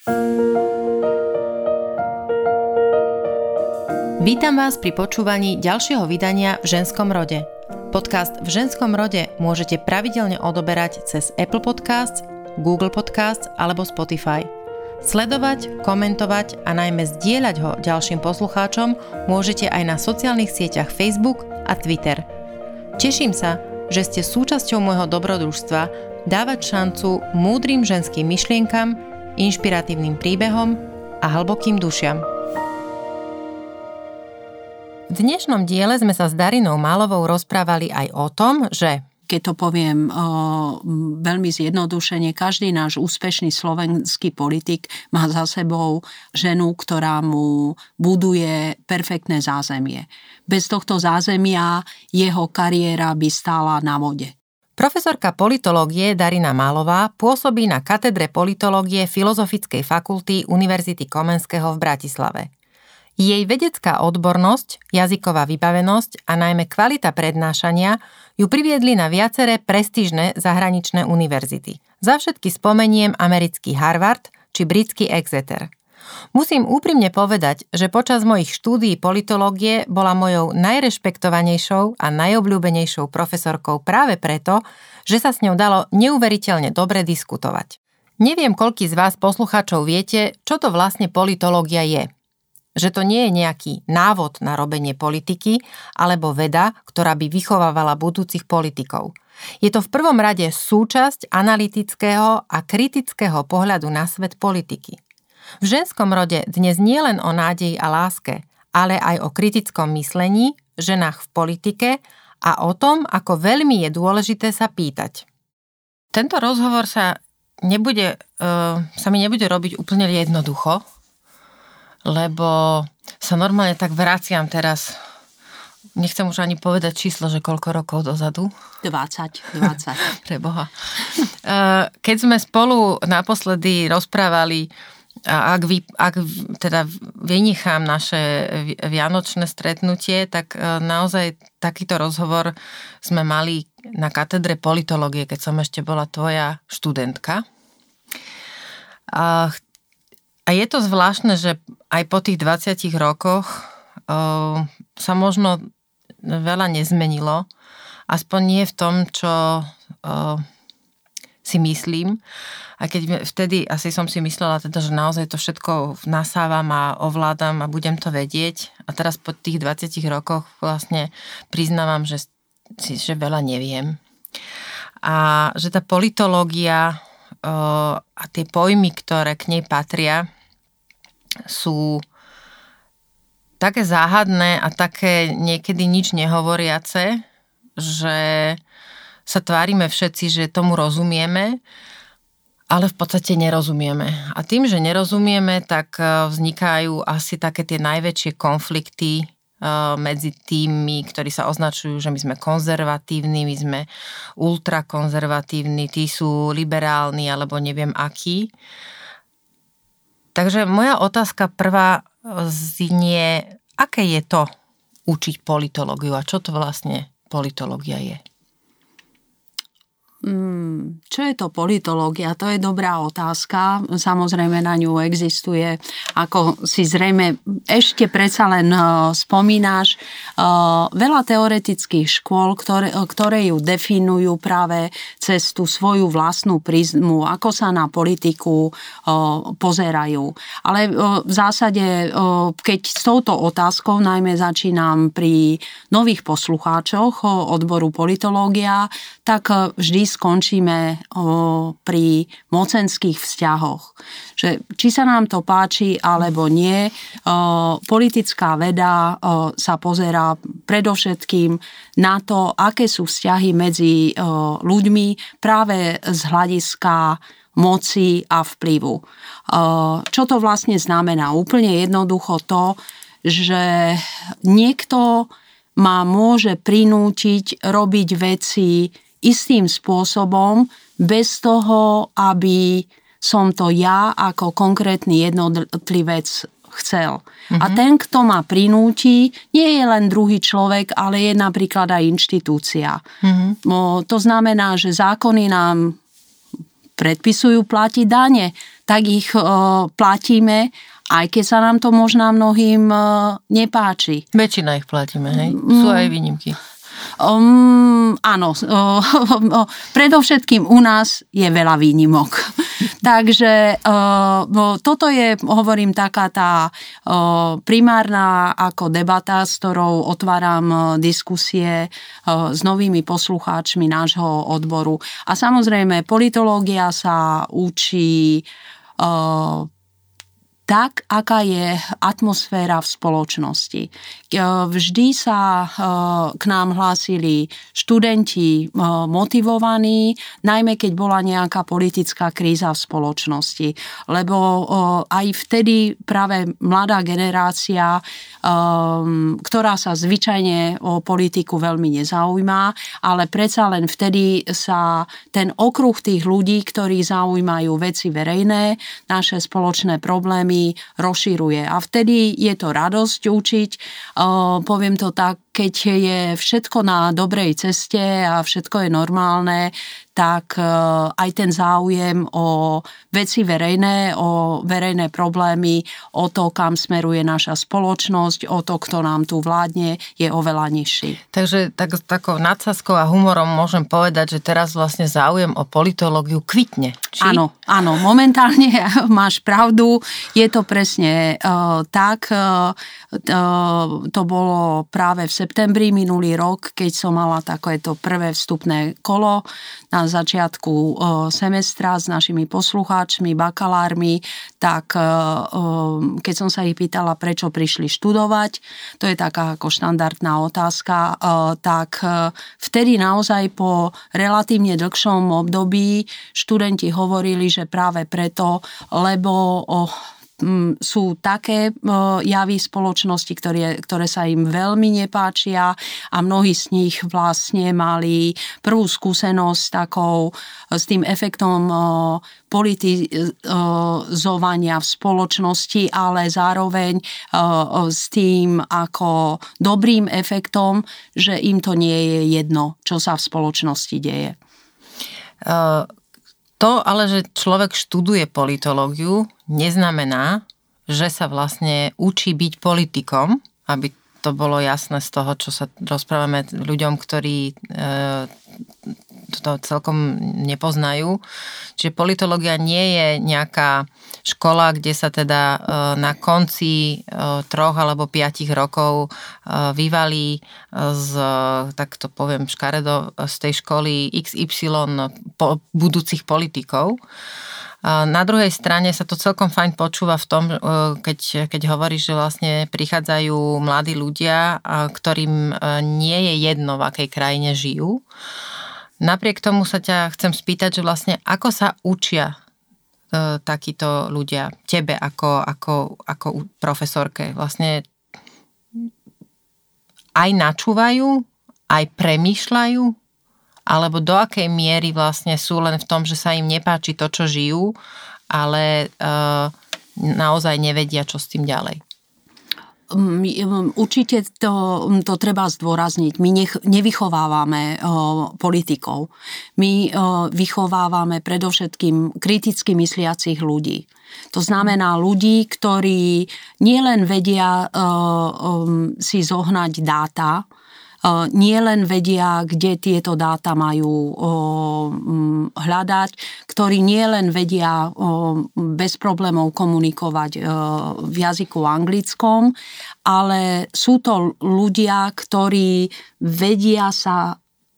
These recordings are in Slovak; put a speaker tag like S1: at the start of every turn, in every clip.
S1: Vítam vás pri počúvaní ďalšieho vydania V ženskom rode. Podcast V ženskom rode môžete pravidelne odoberať cez Apple Podcasts, Google Podcasts alebo Spotify. Sledovať, komentovať a najmä zdieľať ho ďalším poslucháčom môžete aj na sociálnych sieťach Facebook a Twitter. Teším sa, že ste súčasťou môjho dobrodružstva dávať šancu múdrym ženským myšlienkam, inšpiratívnym príbehom a hlbokým dušiam. V dnešnom diele sme sa s Darinou Málovou rozprávali aj o tom, že
S2: keď to poviem veľmi zjednodušene, každý náš úspešný slovenský politik má za sebou ženu, ktorá mu buduje perfektné zázemie. Bez tohto zázemia jeho kariéra by stála na vode.
S1: Profesorka politológie Darina Málová pôsobí na katedre politológie Filozofickej fakulty Univerzity Komenského v Bratislave. Jej vedecká odbornosť, jazyková vybavenosť a najmä kvalita prednášania ju priviedli na viaceré prestížne zahraničné univerzity. Za všetky spomeniem americký Harvard či britský Exeter. Musím úprimne povedať, že počas mojich štúdií politológie bola mojou najrešpektovanejšou a najobľúbenejšou profesorkou práve preto, že sa s ňou dalo neuveriteľne dobre diskutovať. Neviem, koľký z vás poslucháčov viete, čo to vlastne politológia je. Že to nie je nejaký návod na robenie politiky alebo veda, ktorá by vychovávala budúcich politikov. Je to v prvom rade súčasť analytického a kritického pohľadu na svet politiky. V ženskom rode dnes nie len o nádeji a láske, ale aj o kritickom myslení, ženách v politike a o tom, ako veľmi je dôležité sa pýtať. Tento rozhovor sa mi nebude robiť úplne jednoducho, lebo sa normálne tak vraciam teraz, nechcem už ani povedať číslo, že koľko rokov dozadu.
S2: 20.
S1: Preboha. Keď sme spolu naposledy rozprávali, ak teda vynechám naše vianočné stretnutie, tak naozaj takýto rozhovor sme mali na katedre politológie, keď som ešte bola tvoja študentka. A je to zvláštne, že aj po tých 20 rokoch sa možno veľa nezmenilo. Aspoň nie v tom, čo si myslím. A keď vtedy asi som si myslela, teda, že naozaj to všetko nasávam a ovládam a budem to vedieť. A teraz po tých 20 rokoch vlastne priznávam, že veľa neviem. A že tá politológia a tie pojmy, ktoré k nej patria, sú také záhadné a také niekedy nič nehovoriace, že sa tvárime všetci, že tomu rozumieme, ale v podstate nerozumieme. A tým, že nerozumieme, tak vznikajú asi také tie najväčšie konflikty medzi tými, ktorí sa označujú, že my sme konzervatívni, my sme ultrakonzervatívni, tí sú liberálni alebo neviem akí. Takže moja otázka prvá znie, aké je to učiť politológiu a čo to vlastne politológia je?
S2: Čo je to politológia? To je dobrá otázka. Samozrejme na ňu existuje, ako si zrejme ešte predsa len spomínaš, veľa teoretických škôl, ktoré ju definujú práve cez tú svoju vlastnú prizmu, ako sa na politiku pozerajú. Ale v zásade, keď s touto otázkou najmä začínam pri nových poslucháčoch odboru politológia, tak vždy skončíme pri mocenských vzťahoch. Že, či sa nám to páči alebo nie, politická veda sa pozerá predovšetkým na to, aké sú vzťahy medzi ľuďmi práve z hľadiska moci a vplyvu. Čo to vlastne znamená? Úplne jednoducho to, že niekto ma môže prinútiť robiť veci istým spôsobom, bez toho, aby som to ja ako konkrétny jednotlivec chcel. A ten, kto ma prinúti, nie je len druhý človek, ale je napríklad aj inštitúcia. To znamená, že zákony nám predpisujú platiť dane, tak ich platíme, aj keď sa nám to možno mnohým nepáči.
S1: Väčšina ich platíme, hej? Sú aj výnimky.
S2: Áno, predovšetkým u nás je veľa výnimok. Takže toto je, hovorím, taká tá primárna ako debata, s ktorou otváram diskusie s novými poslucháčmi nášho odboru. A samozrejme, politológia sa učí tak, aká je atmosféra v spoločnosti. Vždy sa k nám hlásili študenti motivovaní, najmä keď bola nejaká politická kríza v spoločnosti. Lebo aj vtedy práve mladá generácia, ktorá sa zvyčajne o politiku veľmi nezaujíma, ale predsa len vtedy sa ten okruh tých ľudí, ktorí zaujímajú veci verejné, naše spoločné problémy, rozširuje. A vtedy je to radosť učiť. Poviem to tak, keď je všetko na dobrej ceste a všetko je normálne, tak aj ten záujem o veci verejné, o verejné problémy, o to, kam smeruje naša spoločnosť, o to, kto nám tu vládne, je oveľa nižší.
S1: Takže takou nadsázkou a humorom môžem povedať, že teraz vlastne záujem o politológiu kvitne. Či?
S2: Áno, momentálne máš pravdu, je to presne tak. To bolo práve v septembri minulý rok, keď som mala takéto prvé vstupné kolo na začiatku semestra s našimi poslucháčmi, bakalármi, tak keď som sa ich pýtala, prečo prišli študovať, to je taká ako štandardná otázka, tak vtedy naozaj po relatívne dlhšom období študenti hovorili, že práve preto, lebo sú také javy spoločnosti, ktoré sa im veľmi nepáčia a mnohí z nich vlastne mali prvú skúsenosť s tým efektom politizovania v spoločnosti, ale zároveň s tým ako dobrým efektom, že im to nie je jedno, čo sa v spoločnosti deje.
S1: To ale, že človek študuje politológiu, neznamená, že sa vlastne učí byť politikom, aby to bolo jasné z toho, čo sa rozprávame ľuďom, ktorí to celkom nepoznajú. Čiže politológia nie je nejaká škola, kde sa teda na konci 3 alebo 5 rokov vyvalí tak to poviem škaredo, z tej školy XY budúcich politikov. Na druhej strane sa to celkom fajn počúva v tom, keď hovoríš, že vlastne prichádzajú mladí ľudia, ktorým nie je jedno, v akej krajine žijú. Napriek tomu sa ťa chcem spýtať, že vlastne ako sa učia takíto ľudia tebe ako profesorke? Vlastne aj načúvajú, aj premýšľajú? Alebo do akej miery vlastne sú len v tom, že sa im nepáči to, čo žijú, ale naozaj nevedia, čo s tým ďalej?
S2: Určite to treba zdôrazniť. My nevychovávame politikov. My vychovávame predovšetkým kriticky mysliacich ľudí. To znamená ľudí, ktorí nielen vedia si zohnať dáta, nie len vedia, kde tieto dáta majú hľadať, ktorí nie len vedia bez problémov komunikovať v jazyku anglickom, ale sú to ľudia, ktorí vedia sa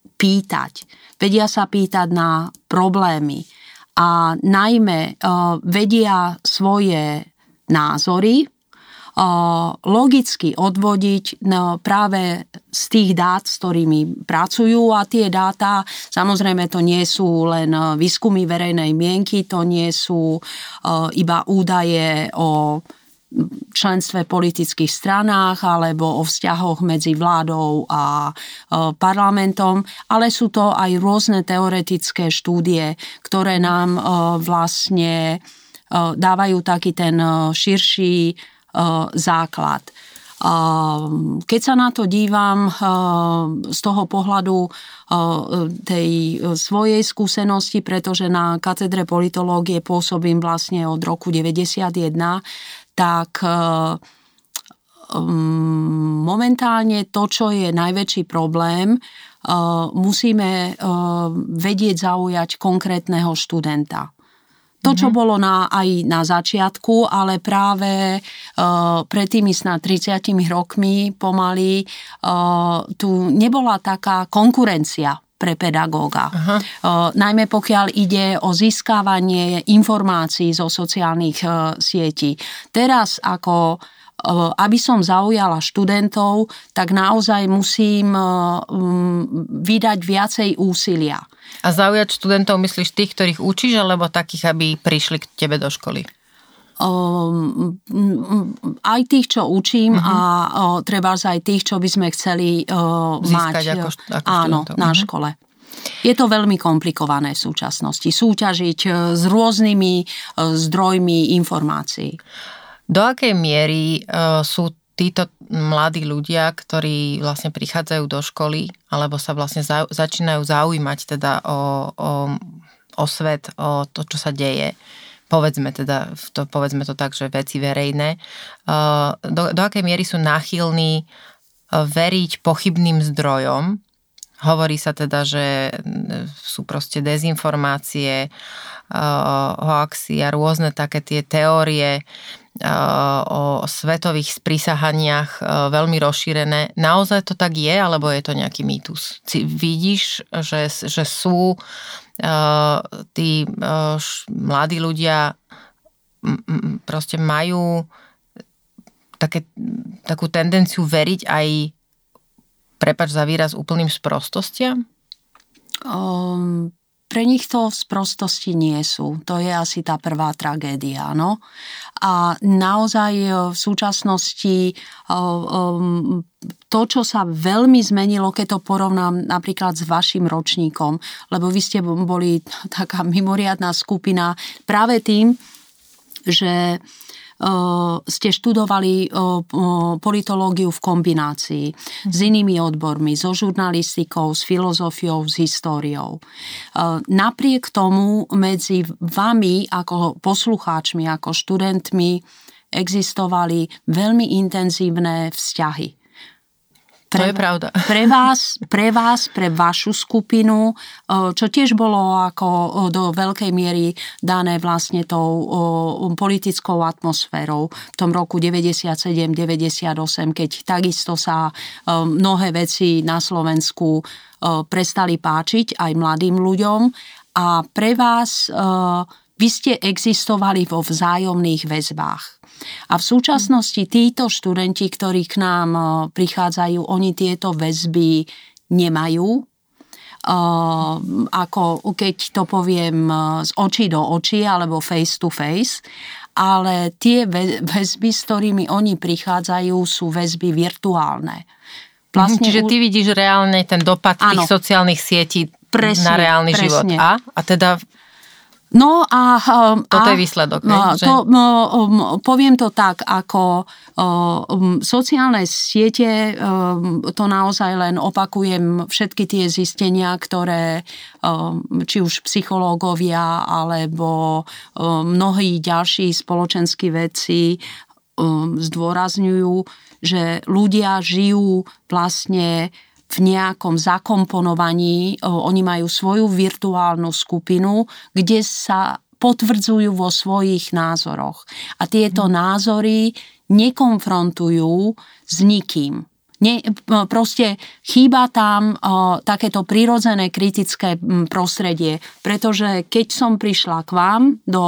S2: pýtať na problémy a najmä vedia svoje názory logicky odvodiť práve z tých dát, s ktorými pracujú, a tie dáta, samozrejme, to nie sú len výskumy verejnej mienky, to nie sú iba údaje o členstve v politických stranách alebo o vzťahoch medzi vládou a parlamentom, ale sú to aj rôzne teoretické štúdie, ktoré nám vlastne dávajú taký ten širší základ. Keď sa na to dívam z toho pohľadu tej svojej skúsenosti, pretože na katedre politológie pôsobím vlastne od roku 91, tak momentálne to, čo je najväčší problém, musíme vedieť zaujať konkrétneho študenta. To, čo bolo aj na začiatku, ale práve pred tými snad 30 rokmi pomaly tu nebola taká konkurencia pre pedagóga. Najmä pokiaľ ide o získavanie informácií zo sociálnych sietí. Teraz aby som zaujala študentov, tak naozaj musím vydať viacej úsilia.
S1: A zaujať študentov myslíš tých, ktorých učíš, alebo takých, aby prišli k tebe do školy?
S2: Aj tých, čo učím a trebárs aj tých, čo by sme chceli
S1: získať
S2: mať
S1: ako
S2: na škole. Je to veľmi komplikované v súčasnosti. Súťažiť s rôznymi zdrojmi informácií.
S1: Do akej miery sú títo mladí ľudia, ktorí vlastne prichádzajú do školy, alebo sa vlastne začínajú zaujímať teda o svet, o to, čo sa deje, povedzme to tak, že veci verejné, do akej miery sú náchylní veriť pochybným zdrojom. Hovorí sa teda, že sú proste dezinformácie, hoaxy a rôzne také tie teórie o svetových sprísahaniach veľmi rozšírené. Naozaj to tak je, alebo je to nejaký mýtus? Vidíš, že sú tí mladí ľudia proste majú takú tendenciu veriť aj, prepáč za výraz, úplným sprostostiam?
S2: Pre nich to sprostosti nie sú. To je asi tá prvá tragédia, no. A naozaj v súčasnosti to, čo sa veľmi zmenilo, keď to porovnám napríklad s vašim ročníkom, lebo vy ste boli taká mimoriadna skupina práve tým, že ste študovali politológiu v kombinácii s inými odbormi, so žurnalistikou, s filozofiou, s históriou. Napriek tomu medzi vami ako poslucháčmi, ako študentmi existovali veľmi intenzívne vzťahy.
S1: To je pravda.
S2: Pre vašu skupinu, čo tiež bolo ako do veľkej miery dané vlastne tou politickou atmosférou v tom roku 97-98, keď takisto sa mnohé veci na Slovensku prestali páčiť aj mladým ľuďom. A pre vás vy ste existovali vo vzájomných väzbách. A v súčasnosti títo študenti, ktorí k nám prichádzajú, oni tieto väzby nemajú. Ako keď to poviem z očí do očí alebo face to face, ale tie väzby, s ktorými oni prichádzajú, sú väzby virtuálne.
S1: Vlastne čiže ty vidíš reálne ten dopad tých sociálnych sietí na reálny život. A teda...
S2: No a
S1: toto je výsledok.
S2: Poviem to tak, ako sociálne siete, to naozaj len opakujem všetky tie zistenia, ktoré či už psychológovia alebo mnohí ďalší spoločenskí vedci zdôrazňujú, že ľudia žijú vlastne v nejakom zakomponovaní, oni majú svoju virtuálnu skupinu, kde sa potvrdzujú vo svojich názoroch. A tieto názory nekonfrontujú s nikým. Proste chýba tam takéto prirodzené kritické prostredie, pretože keď som prišla k vám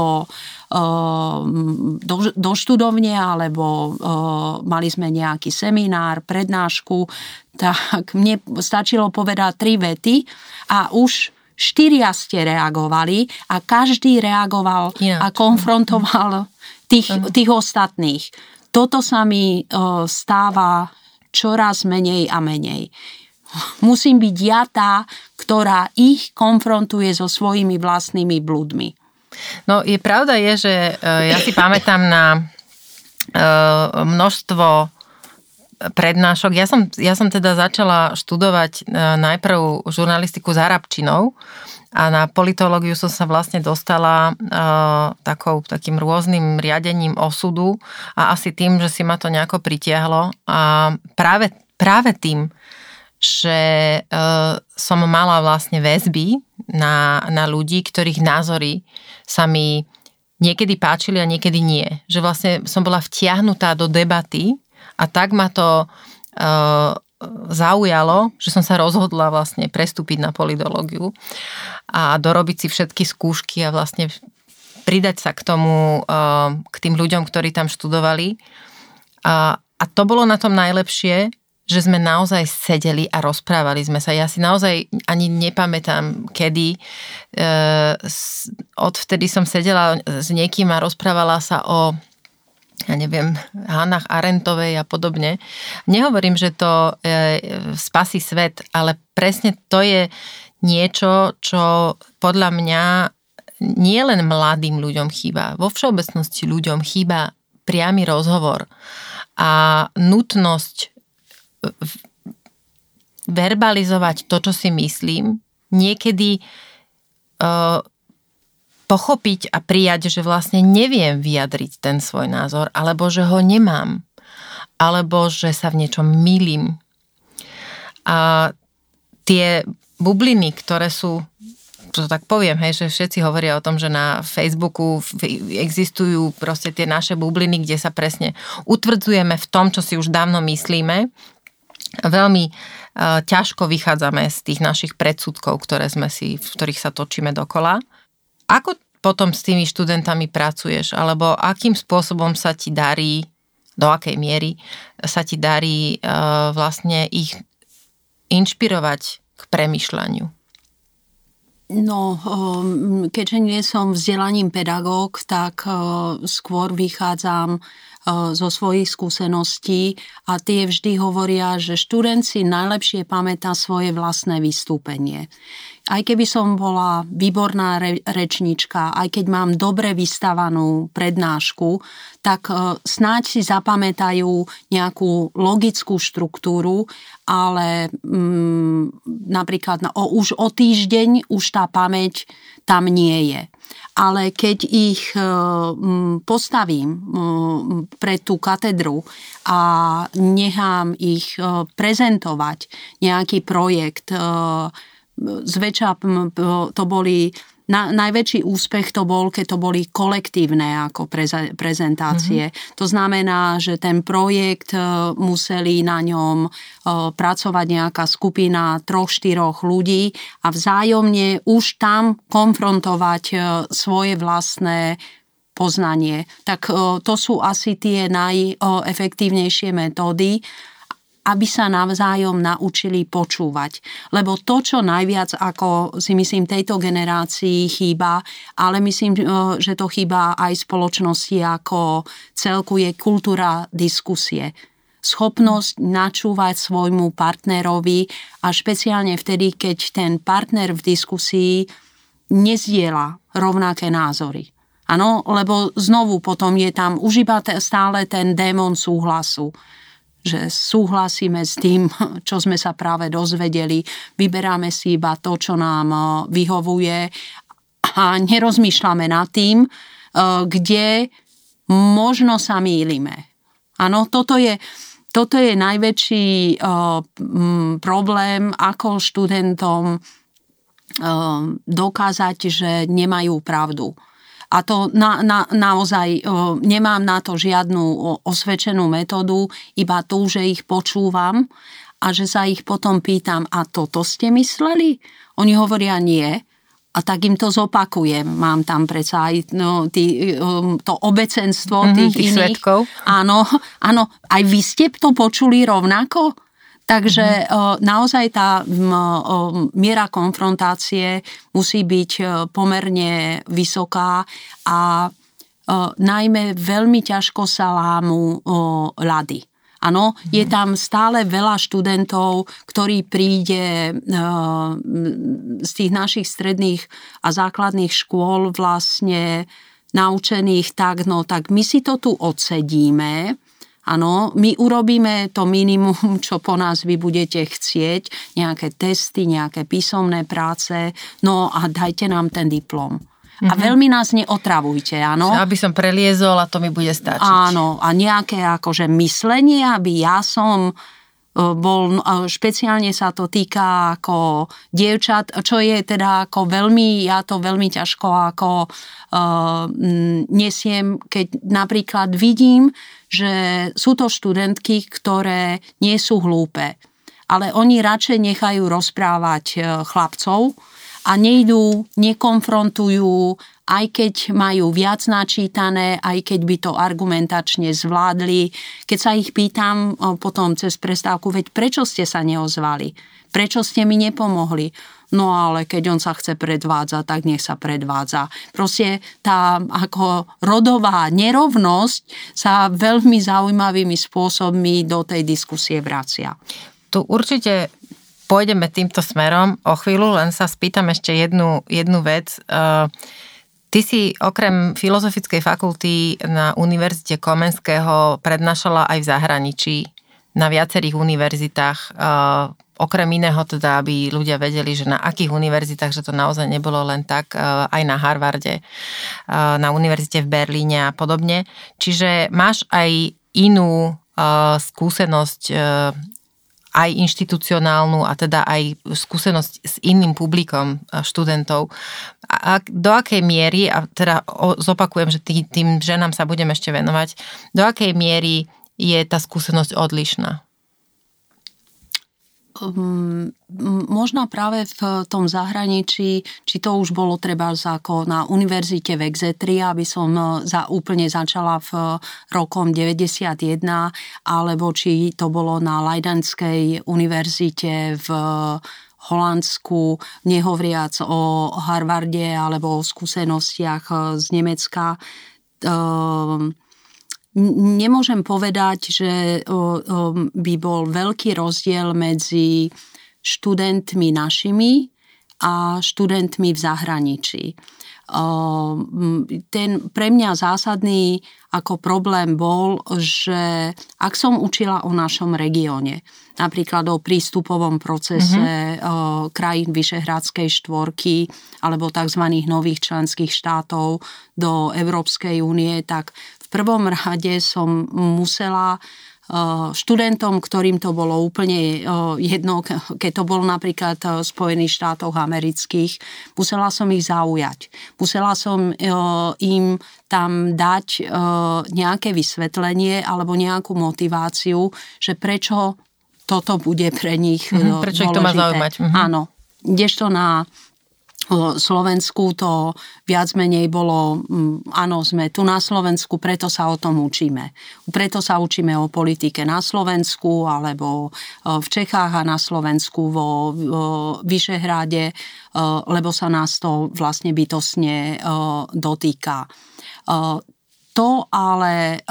S2: do študovne alebo mali sme nejaký seminár, prednášku, tak mne stačilo povedať 3 vety a už 4 ste reagovali a každý reagoval a konfrontoval tých ostatných. Toto sa mi stáva čoraz menej a menej. Musím byť ja tá, ktorá ich konfrontuje so svojimi vlastnými blúdmi.
S1: No je pravda že ja si pamätám na množstvo prednášok. Ja som teda začala študovať najprv žurnalistiku s arabčinou a na politológiu som sa vlastne dostala takým rôznym riadením osudu a asi tým, že si ma to nejako pritiahlo. A práve tým, že som mala vlastne väzby na ľudí, ktorých názory sa mi niekedy páčili a niekedy nie. Že vlastne som bola vtiahnutá do debaty a tak ma to zaujalo, že som sa rozhodla vlastne prestúpiť na politológiu a dorobiť si všetky skúšky a vlastne pridať sa k tomu, k tým ľuďom, ktorí tam študovali. A to bolo na tom najlepšie, že sme naozaj sedeli a rozprávali sme sa. Ja si naozaj ani nepamätám, kedy. Odvtedy som sedela s niekým a rozprávala sa o, ja neviem, Hannah Arendtovej a podobne. Nehovorím, že to spasí svet, ale presne to je niečo, čo podľa mňa nie len mladým ľuďom chýba. Vo všeobecnosti ľuďom chýba priamy rozhovor a nutnosť verbalizovať to, čo si myslím, niekedy pochopiť a prijať, že vlastne neviem vyjadriť ten svoj názor, alebo že ho nemám, alebo že sa v niečom mýlim. A tie bubliny, ktoré sú, to tak poviem, hej, že všetci hovoria o tom, že na Facebooku existujú proste tie naše bubliny, kde sa presne utvrdzujeme v tom, čo si už dávno myslíme. Veľmi ťažko vychádzame z tých našich predsudkov, v ktorých sa točíme dokola. Ako potom s tými študentami pracuješ? Alebo akým spôsobom sa ti darí, do akej miery sa ti darí vlastne ich inšpirovať k premýšľaniu?
S2: No, keďže nie som vzdelaním pedagóg, tak skôr vychádzam zo svojich skúseností a tie vždy hovoria, že študent si najlepšie pamätá svoje vlastné vystúpenie. Aj keby som bola výborná rečnička, aj keď mám dobre vystavanú prednášku, tak snáď si zapamätajú nejakú logickú štruktúru, ale napríklad už o týždeň už tá pamäť tam nie je. Ale keď ich postavím pred tú katedru a nechám ich prezentovať nejaký projekt, zväčša to boli, najväčší úspech to bol, keď to boli kolektívne ako prezentácie. To znamená, že ten projekt museli na ňom pracovať nejaká skupina 3-4 ľudí a vzájomne už tam konfrontovať svoje vlastné poznanie. Tak to sú asi tie najefektívnejšie metódy, aby sa navzájom naučili počúvať. Lebo to, čo najviac, ako si myslím, tejto generácii chýba, ale myslím, že to chýba aj spoločnosti ako celku, je kultúra diskusie. Schopnosť načúvať svojmu partnerovi a špeciálne vtedy, keď ten partner v diskusii nezdieľa rovnaké názory. Áno, lebo znovu potom je tam už iba stále ten démon súhlasu, že súhlasíme s tým, čo sme sa práve dozvedeli, vyberáme si iba to, čo nám vyhovuje a nerozmýšľame nad tým, kde možno sa mýlime. Áno, toto je najväčší problém, ako študentom dokázať, že nemajú pravdu. A to naozaj nemám na to žiadnu osvedčenú metódu, iba tu, že ich počúvam a že sa ich potom pýtam, a toto ste mysleli? Oni hovoria nie. A tak im to zopakujem. Mám tam predsa aj to obecenstvo tých iných.
S1: Svedkov.
S2: Áno, aj vy ste to počuli rovnako? Takže naozaj tá miera konfrontácie musí byť pomerne vysoká a najmä veľmi ťažko sa lámu ľady. Áno, je tam stále veľa študentov, ktorí príde z tých našich stredných a základných škôl vlastne naučených tak my si to tu odsedíme. Áno, my urobíme to minimum, čo po nás vy budete chcieť, nejaké testy, nejaké písomné práce, no a dajte nám ten diplom. A veľmi nás neotravujte, áno.
S1: Aby som preliezol a to mi bude stačiť.
S2: Áno, a nejaké akože myslenie, aby ja som bol, špeciálne sa to týka ako dievčat, čo je teda ako veľmi, ja to veľmi ťažko ako nesiem, keď napríklad vidím, že sú to študentky, ktoré nie sú hlúpe, ale oni radšej nechajú rozprávať chlapcov a nejdú, nekonfrontujú, aj keď majú viac načítané, aj keď by to argumentačne zvládli. Keď sa ich pýtam potom cez prestávku, veď prečo ste sa neozvali? Prečo ste mi nepomohli? No ale keď on sa chce predvádzať, tak nech sa predvádza. Proste tá ako rodová nerovnosť sa veľmi zaujímavými spôsobmi do tej diskusie vracia.
S1: Tu určite pôjdeme týmto smerom o chvíľu, len sa spýtam ešte jednu vec. Ty si okrem Filozofickej fakulty na Univerzite Komenského prednášala aj v zahraničí, na viacerých univerzitách. Okrem iného teda, aby ľudia vedeli, že na akých univerzitách, že to naozaj nebolo len tak, aj na Harvarde, na univerzite v Berlíne a podobne. Čiže máš aj inú skúsenosť aj inštitucionálnu a teda aj skúsenosť s iným publikom študentov. A do akej miery, a teda zopakujem, že tým ženám sa budem ešte venovať, do akej miery je tá skúsenosť odlišná?
S2: Možno práve v tom zahraničí, či to už bolo treba ako na univerzite v Exetri, aby som úplne začala v rokom 91, alebo či to bolo na Leidenskej univerzite v Holandsku, nehovoriac o Harvarde alebo o skúsenostiach z Nemecka. Nemôžem povedať, že by bol veľký rozdiel medzi študentmi našimi a študentmi v zahraničí. Ten pre mňa zásadný ako problém bol, že ak som učila o našom regióne, napríklad o prístupovom procese krajín Vyšehradskej štvorky alebo tzv. Nových členských štátov do Európskej únie, tak v prvom rade som musela študentom, ktorým to bolo úplne jedno, keď to bolo napríklad v Spojených štátoch amerických, musela som ich zaujať. Musela som im tam dať nejaké vysvetlenie alebo nejakú motiváciu, že prečo toto bude pre nich dôležité.
S1: Prečo ich to má zaujímať.
S2: Áno. Kdežto na Slovensku to viac menej bolo, áno, sme tu na Slovensku, preto sa o tom učíme. Preto sa učíme o politike na Slovensku, alebo v Čechách a na Slovensku vo Vyšehráde, lebo sa nás to vlastne bytostne dotýka. To ale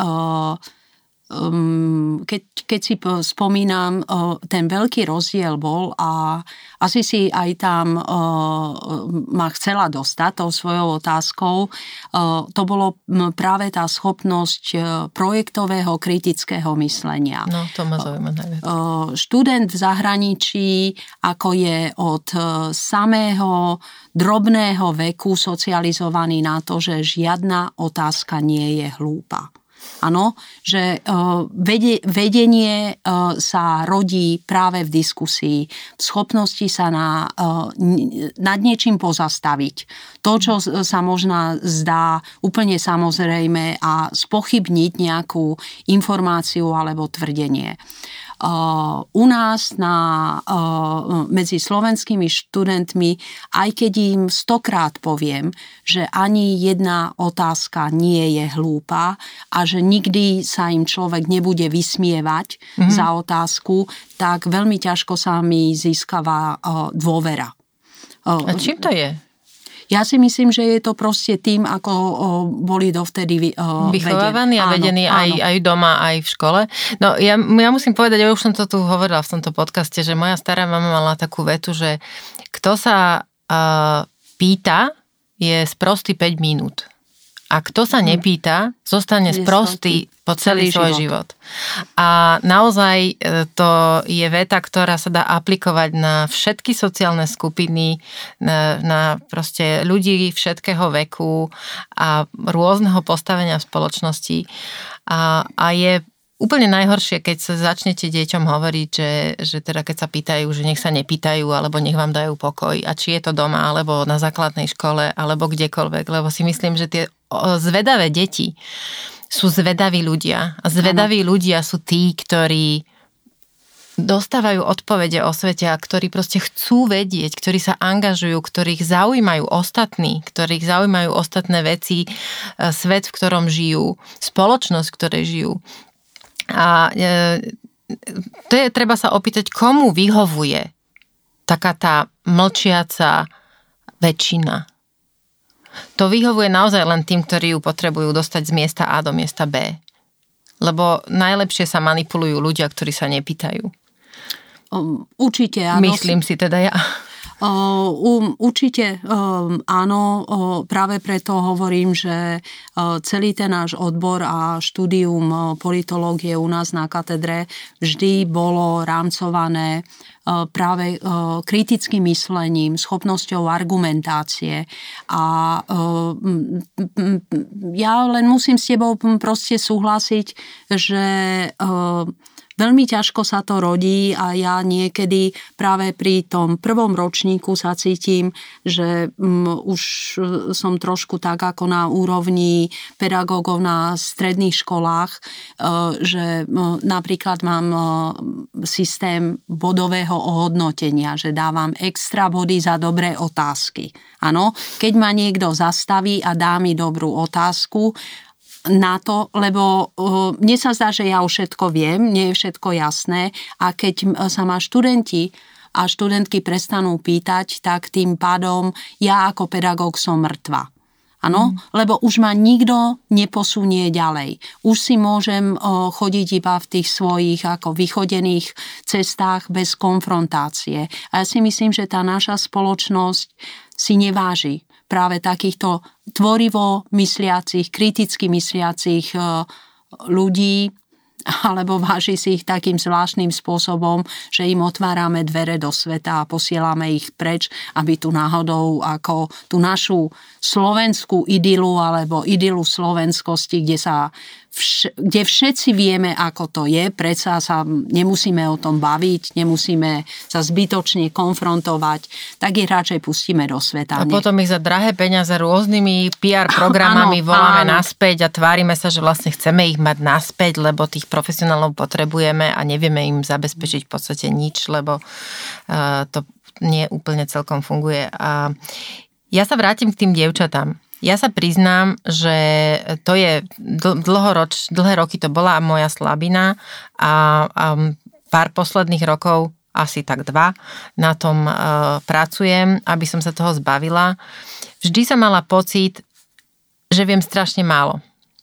S2: keď si spomínam, ten veľký rozdiel bol a asi si aj tam ma chcela dostať tou svojou otázkou, to bolo práve tá schopnosť projektového kritického myslenia.
S1: No, to ma zaujíma najviac.
S2: Študent v zahraničí, ako je od samého drobného veku socializovaný na to, že žiadna otázka nie je hlúpa. Áno, že vedenie sa rodí práve v diskusii, v schopnosti sa nad niečím pozastaviť. To, čo sa možno zdá úplne samozrejme a spochybniť nejakú informáciu alebo tvrdenie. U nás medzi slovenskými študentmi, aj keď im 100-krát poviem, že ani jedna otázka nie je hlúpa a že nikdy sa im človek nebude vysmievať za otázku, tak veľmi ťažko sa mi získava dôvera.
S1: A čím to je?
S2: Ja si myslím, že je to proste tým, ako boli dovtedy
S1: vychovávaní a vedení aj doma, aj v škole. No ja musím povedať, ja už som to tu hovorila v tomto podcaste, že moja stará mama mala takú vetu, že kto sa pýta, je sprostý 5 minút. A kto sa nepýta, zostane sprostý po celý svoj život. A naozaj to je veta, ktorá sa dá aplikovať na všetky sociálne skupiny, na proste ľudí všetkého veku a rôzneho postavenia v spoločnosti. A je úplne najhoršie, keď sa začnete deťom hovoriť, že teda keď sa pýtajú, že nech sa nepýtajú, alebo nech vám dajú pokoj. A či je to doma, alebo na základnej škole, alebo kdekoľvek. Lebo si myslím, že tie zvedavé deti sú zvedaví ľudia. A zvedaví ľudia sú tí, ktorí dostávajú odpovede o svete a ktorí proste chcú vedieť, ktorí sa angažujú, ktorých zaujímajú ostatní, ktorých zaujímajú ostatné veci, svet, v ktorom žijú, spoločnosť, v ktorej žijú. A to je treba sa opýtať, komu vyhovuje taká tá mlčiaca väčšina. To vyhovuje naozaj len tým, ktorí ju potrebujú dostať z miesta A do miesta B. Lebo najlepšie sa manipulujú ľudia, ktorí sa nepýtajú.
S2: Určite áno.
S1: Myslím si teda ja.
S2: Určite áno, práve preto hovorím, že celý ten náš odbor a štúdium politológie u nás na katedre vždy bolo rámcované práve kritickým myslením, schopnosťou argumentácie. A ja len musím s tebou proste súhlasiť, že veľmi ťažko sa to rodí a ja niekedy práve pri tom prvom ročníku sa cítim, že už som trošku tak ako na úrovni pedagógov na stredných školách, že napríklad mám systém bodového ohodnotenia, že dávam extra body za dobré otázky. Áno, keď ma niekto zastaví a dá mi dobrú otázku, na to, lebo mne sa zdá, že ja už všetko viem, nie je všetko jasné a keď sa ma študenti a študentky prestanú pýtať, tak tým pádom ja ako pedagóg som mŕtva. Áno, lebo už ma nikto neposunie ďalej. Už si môžem chodiť iba v tých svojich ako vychodených cestách bez konfrontácie. A ja si myslím, že tá naša spoločnosť si neváži práve takýchto tvorivo mysliacich, kriticky mysliacich ľudí, alebo váži si ich takým zvláštnym spôsobom, že im otvárame dvere do sveta a posielame ich preč, aby tu náhodou ako tú našu slovenskú idylu alebo idylu slovenskosti, kde všetci vieme, ako to je, predsa sa nemusíme o tom baviť, nemusíme sa zbytočne konfrontovať, tak ich radšej pustíme do sveta.
S1: A potom ich za drahé peniaze rôznymi PR programami voláme naspäť a tvárime sa, že vlastne chceme ich mať naspäť, lebo tých profesionálov potrebujeme a nevieme im zabezpečiť v podstate nič, lebo to nie úplne celkom funguje. A ja sa vrátim k tým dievčatám. Ja sa priznám, že to je dlhé roky to bola moja slabina a pár posledných rokov, asi tak 2, na tom pracujem, aby som sa toho zbavila. Vždy som mala pocit, že viem strašne málo.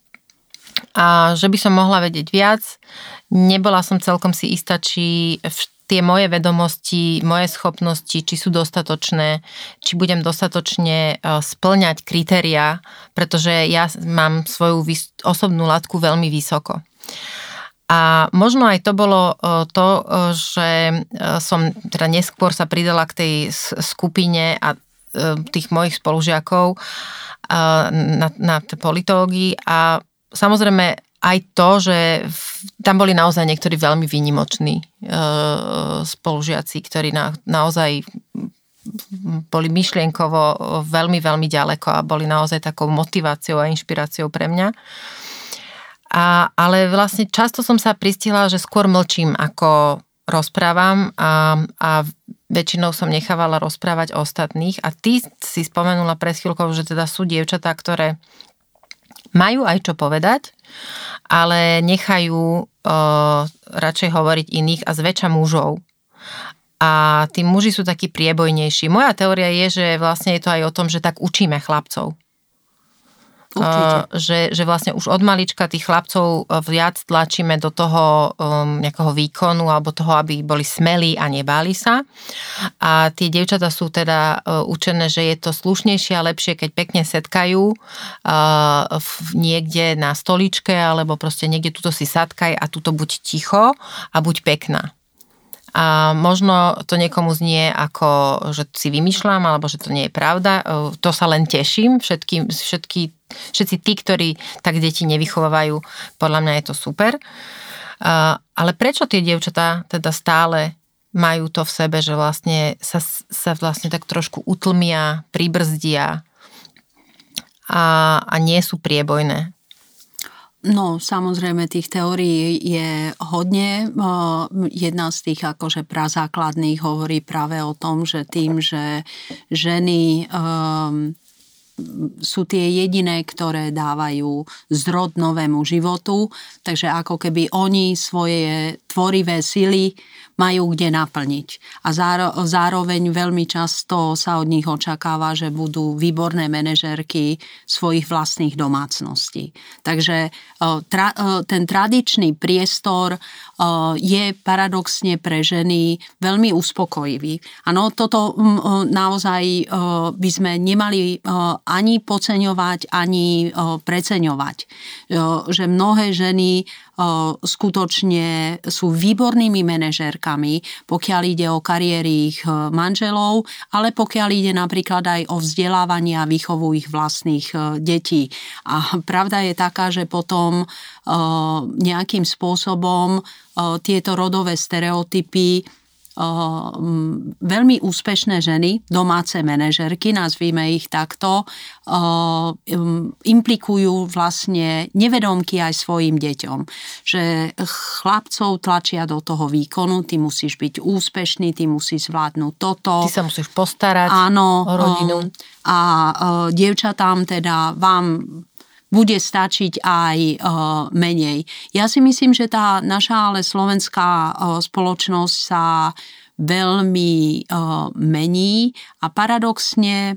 S1: A že by som mohla vedieť viac. Nebola som celkom si istá, či tie moje vedomosti, moje schopnosti, či sú dostatočné, či budem dostatočne spĺňať kritériá, pretože ja mám svoju osobnú latku veľmi vysoko. A možno aj to bolo to, že som teda neskôr sa pridala k tej skupine a tých mojich spolužiakov na politológii a samozrejme aj to, že tam boli naozaj niektorí veľmi výnimoční spolužiaci, ktorí naozaj boli myšlienkovo veľmi, veľmi ďaleko a boli naozaj takou motiváciou a inšpiráciou pre mňa. Ale vlastne často som sa pristihla, že skôr mlčím, ako rozprávam a väčšinou som nechávala rozprávať ostatných. A ty si spomenula pred chvíľkou, že teda sú dievčatá, ktoré majú aj čo povedať, ale nechajú radšej hovoriť iných a zväčša mužov. A tí muži sú takí priebojnejší. Moja teória je, že vlastne je to aj o tom, že tak učíme chlapcov. že vlastne už od malička tých chlapcov viac tlačíme do toho nejakého výkonu alebo toho, aby boli smelí a nebáli sa. A tie dievčatá sú teda učené, že je to slušnejšie a lepšie, keď pekne setkajú niekde na stoličke alebo proste niekde tuto si sadkaj a tuto buď ticho a buď pekná. A možno to niekomu znie ako, že si vymýšľam, alebo že to nie je pravda. To sa len teším. Všetci tí, ktorí tak deti nevychovávajú, podľa mňa je to super. Ale prečo tie dievčatá teda stále majú to v sebe, že vlastne sa vlastne tak trošku utlmia, pribrzdia a nie sú priebojné?
S2: No, samozrejme, tých teórií je hodne. Jedna z tých akože prazákladných hovorí práve o tom, že tým, že ženy sú tie jediné, ktoré dávajú zrod novému životu, takže ako keby oni svoje tvorivé sily majú kde naplniť. A zároveň veľmi často sa od nich očakáva, že budú výborné manažérky svojich vlastných domácností. Takže ten tradičný priestor je paradoxne pre ženy veľmi uspokojivý. Áno, toto naozaj by sme nemali ani podceňovať, ani preceňovať. Že mnohé ženy skutočne sú výbornými manažérkami, pokiaľ ide o kariéry ich manželov, ale pokiaľ ide napríklad aj o vzdelávanie a výchovu ich vlastných detí. A pravda je taká, že potom nejakým spôsobom tieto rodové stereotypy veľmi úspešné ženy, domáce manažérky, nazvime ich takto, implikujú vlastne nevedomky aj svojim deťom. Že chlapcov tlačia do toho výkonu, ty musíš byť úspešný, ty musíš zvládnuť toto.
S1: Ty sa musíš postarať o rodinu.
S2: A dievčatám teda vám bude stačiť aj menej. Ja si myslím, že tá naša ale slovenská spoločnosť sa veľmi mení a paradoxne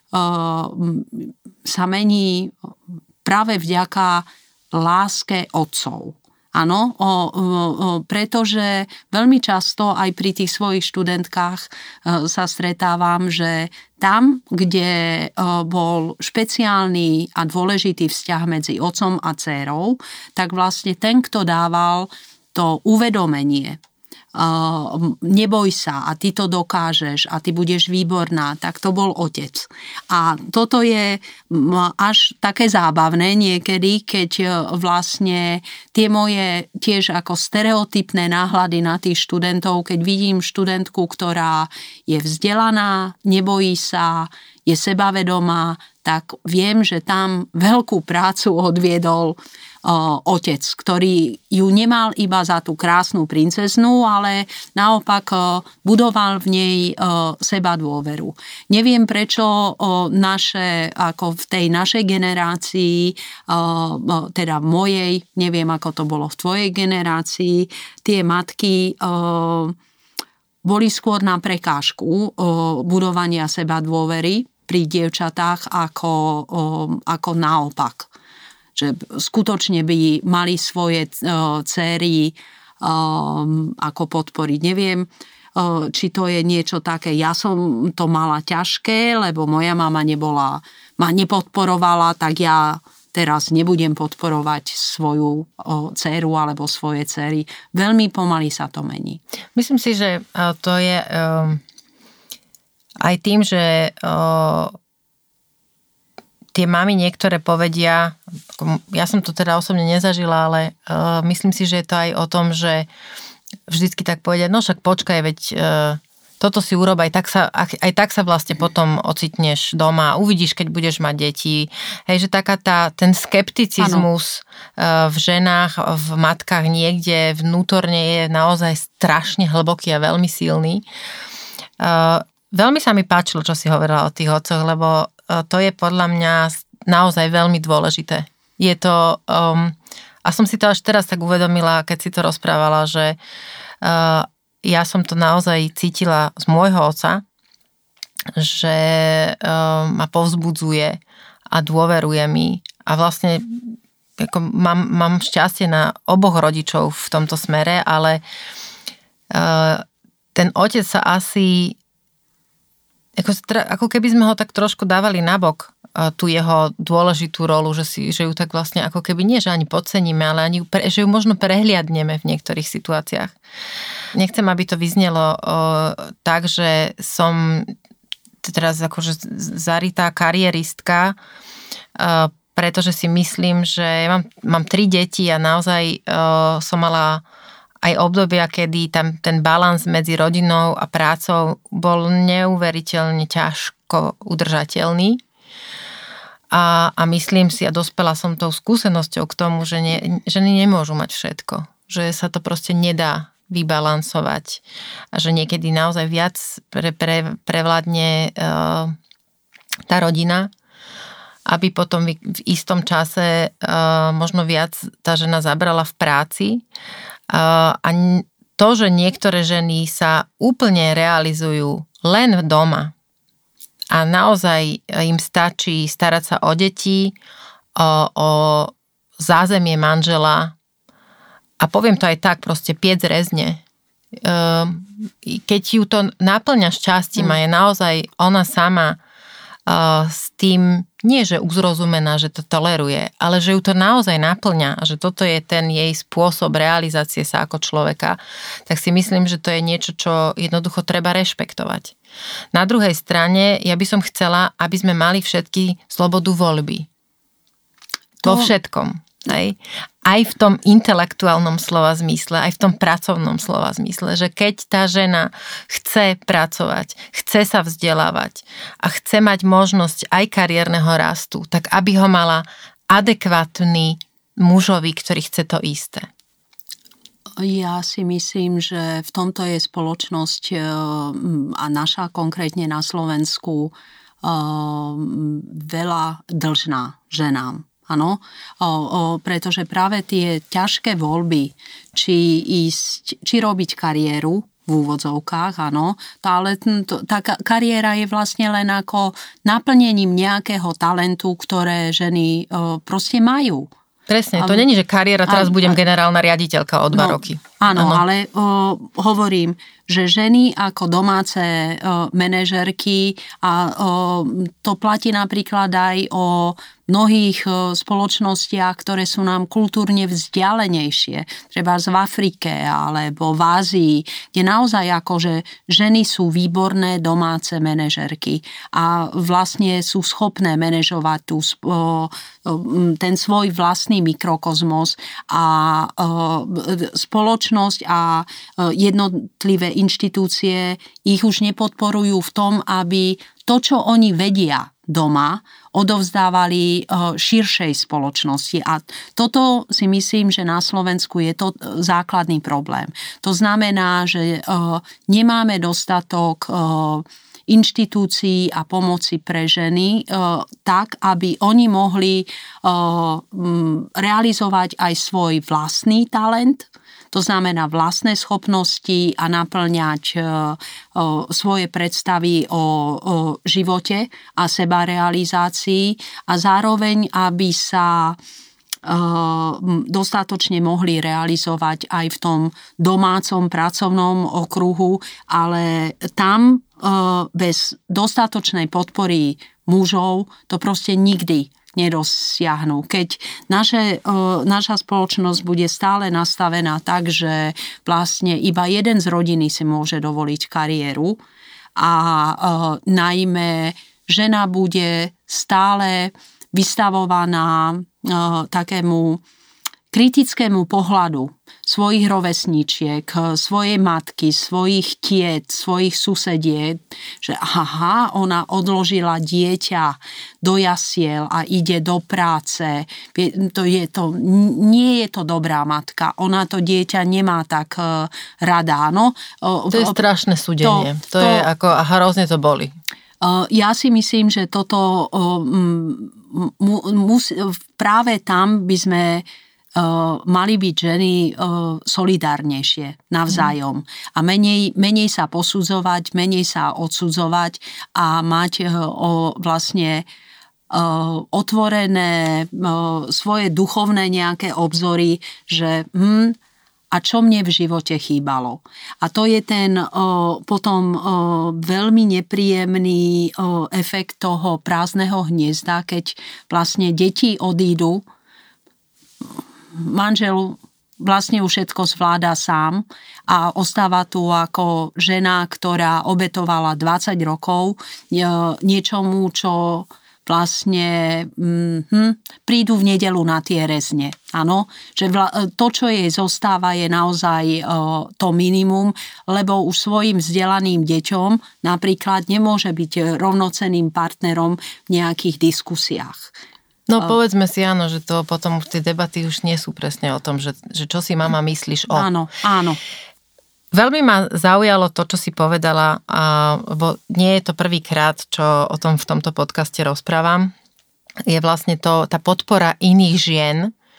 S2: sa mení práve vďaka láske otcov. Áno, pretože veľmi často aj pri tých svojich študentkách sa stretávam, že tam, kde bol špeciálny a dôležitý vzťah medzi otcom a dcérou, tak vlastne ten, kto dával to uvedomenie, neboj sa a ty to dokážeš a ty budeš výborná, tak to bol otec. A toto je až také zábavné niekedy, keď vlastne tie moje tiež ako stereotypné náhľady na tých študentov, keď vidím študentku, ktorá je vzdelaná, nebojí sa, je sebavedomá, tak viem, že tam veľkú prácu odviedol otec, ktorý ju nemal iba za tú krásnu princeznu, ale naopak budoval v nej seba dôveru. Neviem, prečo ako v tej našej generácii, teda v mojej, neviem, ako to bolo v tvojej generácii, tie matky boli skôr na prekážku budovania seba dôvery pri dievčatách ako naopak. Že skutočne by mali svoje dcéry ako podporiť. Neviem, či to je niečo také. Ja som to mala ťažké, lebo moja mama ma nepodporovala, tak ja teraz nebudem podporovať svoju dcéru alebo svoje dcéry. Veľmi pomaly sa to mení.
S1: Myslím si, že to je aj tým, že tie mami niektoré povedia, ja som to teda osobne nezažila, ale myslím si, že je to aj o tom, že vždycky tak povedia, no však počkaj, veď toto si urob, aj tak sa vlastne potom ocitneš doma, uvidíš, keď budeš mať deti. Hej, že ten skepticizmus v ženách, v matkách niekde vnútorne je naozaj strašne hlboký a veľmi silný. Veľmi sa mi páčilo, čo si hovorila o tých otcoch, lebo to je podľa mňa naozaj veľmi dôležité. Je to, a som si to až teraz tak uvedomila, keď si to rozprávala, že ja som to naozaj cítila z môjho otca, že ma povzbudzuje a dôveruje mi a vlastne ako mám šťastie na oboch rodičov v tomto smere, ale ten otec sa asi ako keby sme ho tak trošku dávali nabok, tú jeho dôležitú rolu, že ju tak vlastne ako keby nie, že ani podceníme, ale ani že ju možno prehliadneme v niektorých situáciách. Nechcem, aby to vyznelo tak, že som teraz akože zarytá karieristka, pretože si myslím, že mám 3 deti a naozaj som mala aj obdobia, kedy tam ten balans medzi rodinou a prácou bol neuveriteľne ťažko udržateľný. A myslím si, a dospela som tou skúsenosťou k tomu, že ženy nemôžu mať všetko. Že sa to proste nedá vybalansovať. A že niekedy naozaj viac prevládne tá rodina, aby potom v istom čase možno viac tá žena zabrala v práci. A to, že niektoré ženy sa úplne realizujú len doma a naozaj im stačí starať sa o deti, o zázemie manžela a poviem to aj tak, proste piec rezne. Keď ju to naplňa šťastím a je naozaj ona sama s tým, nie že uzrozumená, že to toleruje, ale že ju to naozaj naplňa a že toto je ten jej spôsob realizácie sa ako človeka, tak si myslím, že to je niečo, čo jednoducho treba rešpektovať. Na druhej strane, ja by som chcela, aby sme mali všetky slobodu voľby. Vo všetkom. Hej? Aj v tom intelektuálnom slova zmysle, aj v tom pracovnom slova zmysle, že keď tá žena chce pracovať, chce sa vzdelávať a chce mať možnosť aj kariérneho rastu, tak aby ho mala adekvátny mužovi, ktorý chce to isté.
S2: Ja si myslím, že v tomto je spoločnosť a naša konkrétne na Slovensku veľa dlžná ženám. Áno, pretože práve tie ťažké voľby, či robiť kariéru v úvodzovkách, áno, ale tá kariéra je vlastne len ako naplnením nejakého talentu, ktoré ženy proste majú.
S1: Presne, to není, že kariéra, teraz budem generálna riaditeľka o 2 roky.
S2: Áno, ale hovorím, že ženy ako domáce manažerky a to platí napríklad aj o mnohých spoločnostiach, ktoré sú nám kultúrne vzdialenejšie, treba v Afrike alebo v Ázii, kde naozaj akože ženy sú výborné domáce manažerky a vlastne sú schopné manažovať ten svoj vlastný mikrokozmos a spoločnosť a jednotlivé inštitúcie ich už nepodporujú v tom, aby to, čo oni vedia doma, odovzdávali širšej spoločnosti. A toto si myslím, že na Slovensku je to základný problém. To znamená, že nemáme dostatok inštitúcií a pomoci pre ženy tak, aby oni mohli realizovať aj svoj vlastný talent, to znamená vlastné schopnosti a naplňať svoje predstavy o živote a sebarealizácii a zároveň, aby sa dostatočne mohli realizovať aj v tom domácom pracovnom okruhu, ale tam bez dostatočnej podpory mužov to proste nikdy nedosiahnu. Keď naša spoločnosť bude stále nastavená tak, že vlastne iba jeden z rodiny si môže dovoliť kariéru a najmä žena bude stále vystavovaná takému kritickému pohľadu svojich rovesníčiek, svojej matky, svojich tiet, svojich susediek, že aha, ona odložila dieťa do jasiel a ide do práce. Nie je to dobrá matka. Ona to dieťa nemá tak rada, no.
S1: To je strašné súdenie. To je ako, a hrozne to boli.
S2: Ja si myslím, že toto práve tam by sme mali byť ženy solidárnejšie navzájom a menej sa posudzovať, menej sa odsudzovať a mať vlastne otvorené svoje duchovné nejaké obzory, že a čo mne v živote chýbalo. A to je ten potom veľmi nepríjemný efekt toho prázdneho hniezda, keď vlastne deti odídu, manžel vlastne už všetko zvláda sám a ostáva tu ako žena, ktorá obetovala 20 rokov niečomu, čo vlastne prídu v nedeľu na tie rezne. Áno, že to, čo jej zostáva, je naozaj to minimum, lebo už svojim vzdelaným deťom napríklad nemôže byť rovnocenným partnerom v nejakých diskusiách.
S1: No povedzme si áno, že to potom tie debaty už nie sú presne o tom, že čo si mama myslíš o.
S2: Áno, áno.
S1: Veľmi ma zaujalo to, čo si povedala, bo nie je to prvýkrát, čo o tom v tomto podcaste rozprávam. Je vlastne to tá podpora iných žien,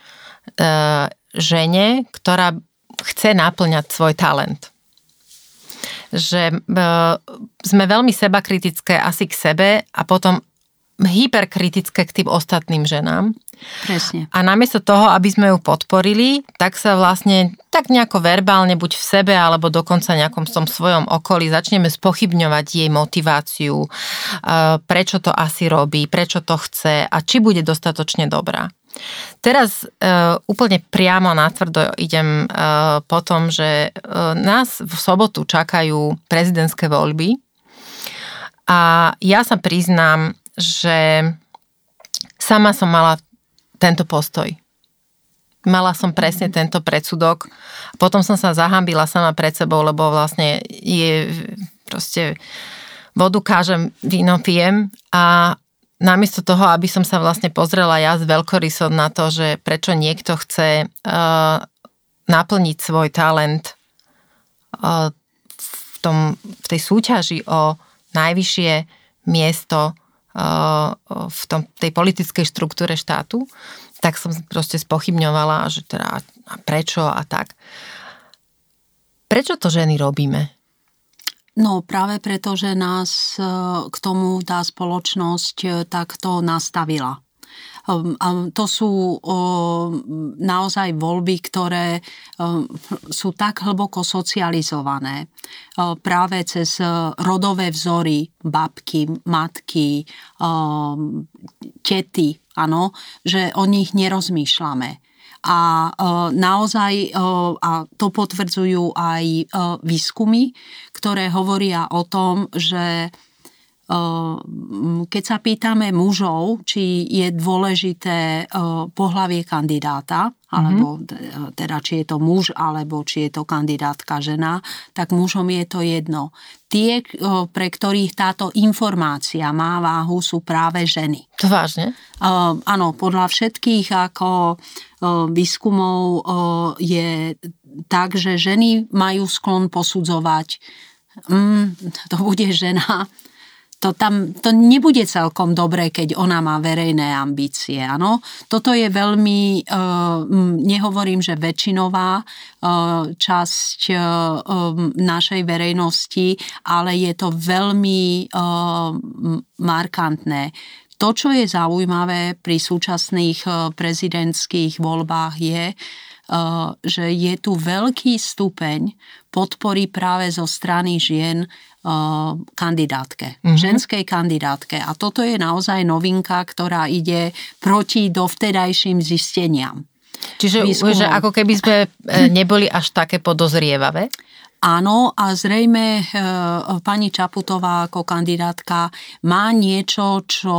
S1: žene, ktorá chce naplňať svoj talent. Že sme veľmi sebakritické asi k sebe a potom hyperkritické k tým ostatným ženám.
S2: Presne.
S1: A namiesto toho, aby sme ju podporili, tak sa vlastne tak nejako verbálne, buď v sebe, alebo dokonca nejakom tom svojom okolí začneme spochybňovať jej motiváciu, prečo to asi robí, prečo to chce a či bude dostatočne dobrá. Teraz úplne priamo natvrdo idem po tom, že nás v sobotu čakajú prezidentské voľby a ja sa priznám, že sama som mala tento postoj. Mala som presne tento predsudok. Potom som sa zahambila sama pred sebou, lebo vlastne je proste vodu kážem, víno pijem a namiesto toho, aby som sa vlastne pozrela ja z veľkoryso na to, že prečo niekto chce naplniť svoj talent v tej súťaži o najvyššie miesto v tej politickej štruktúre štátu, tak som proste spochybňovala, že teda a prečo a tak. Prečo to ženy robíme?
S2: No práve preto, že nás k tomu tá spoločnosť takto nastavila. To sú naozaj voľby, ktoré sú tak hlboko socializované. Práve cez rodové vzory, babky, matky, tety, áno, že o nich nerozmýšľame. A naozaj, a to potvrdzujú aj výskumy, ktoré hovoria o tom, že keď sa pýtame mužov, či je dôležité pohlavie kandidáta, alebo teda či je to muž, alebo či je to kandidátka žena, tak mužom je to jedno. Tie, pre ktorých táto informácia má váhu, sú práve ženy.
S1: To vážne?
S2: Áno, podľa všetkých ako výskumov je tak, že ženy majú sklon posudzovať, to bude žena, to nebude celkom dobré, keď ona má verejné ambície. Áno? Toto je veľmi, nehovorím, že väčšinová časť našej verejnosti, ale je to veľmi markantné. To, čo je zaujímavé pri súčasných prezidentských voľbách je, že je tu veľký stupeň podpory práve zo strany žien kandidátke, ženskej kandidátke. A toto je naozaj novinka, ktorá ide proti dovtedajším zisteniam.
S1: Čiže že ako keby sme neboli až také podozrievavé?
S2: Áno, a zrejme pani Čaputová ako kandidátka má niečo, čo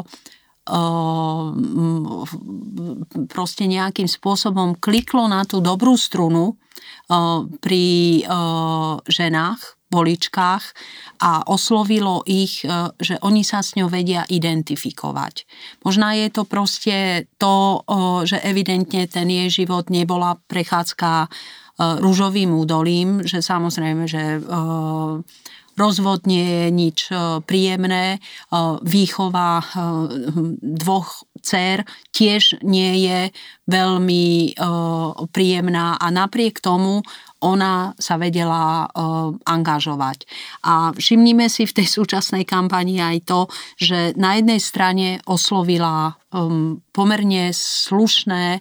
S2: proste nejakým spôsobom kliklo na tú dobrú strunu pri ženách, voličkách a oslovilo ich, že oni sa s ňou vedia identifikovať. Možno je to proste to, že evidentne ten jej život nebola prechádzka ružovým údolím, že samozrejme, že rozvod nie je nič príjemné, výchova dvoch dcér tiež nie je veľmi príjemná a napriek tomu ona sa vedela angažovať. A všimnime si v tej súčasnej kampani aj to, že na jednej strane oslovila pomerne slušné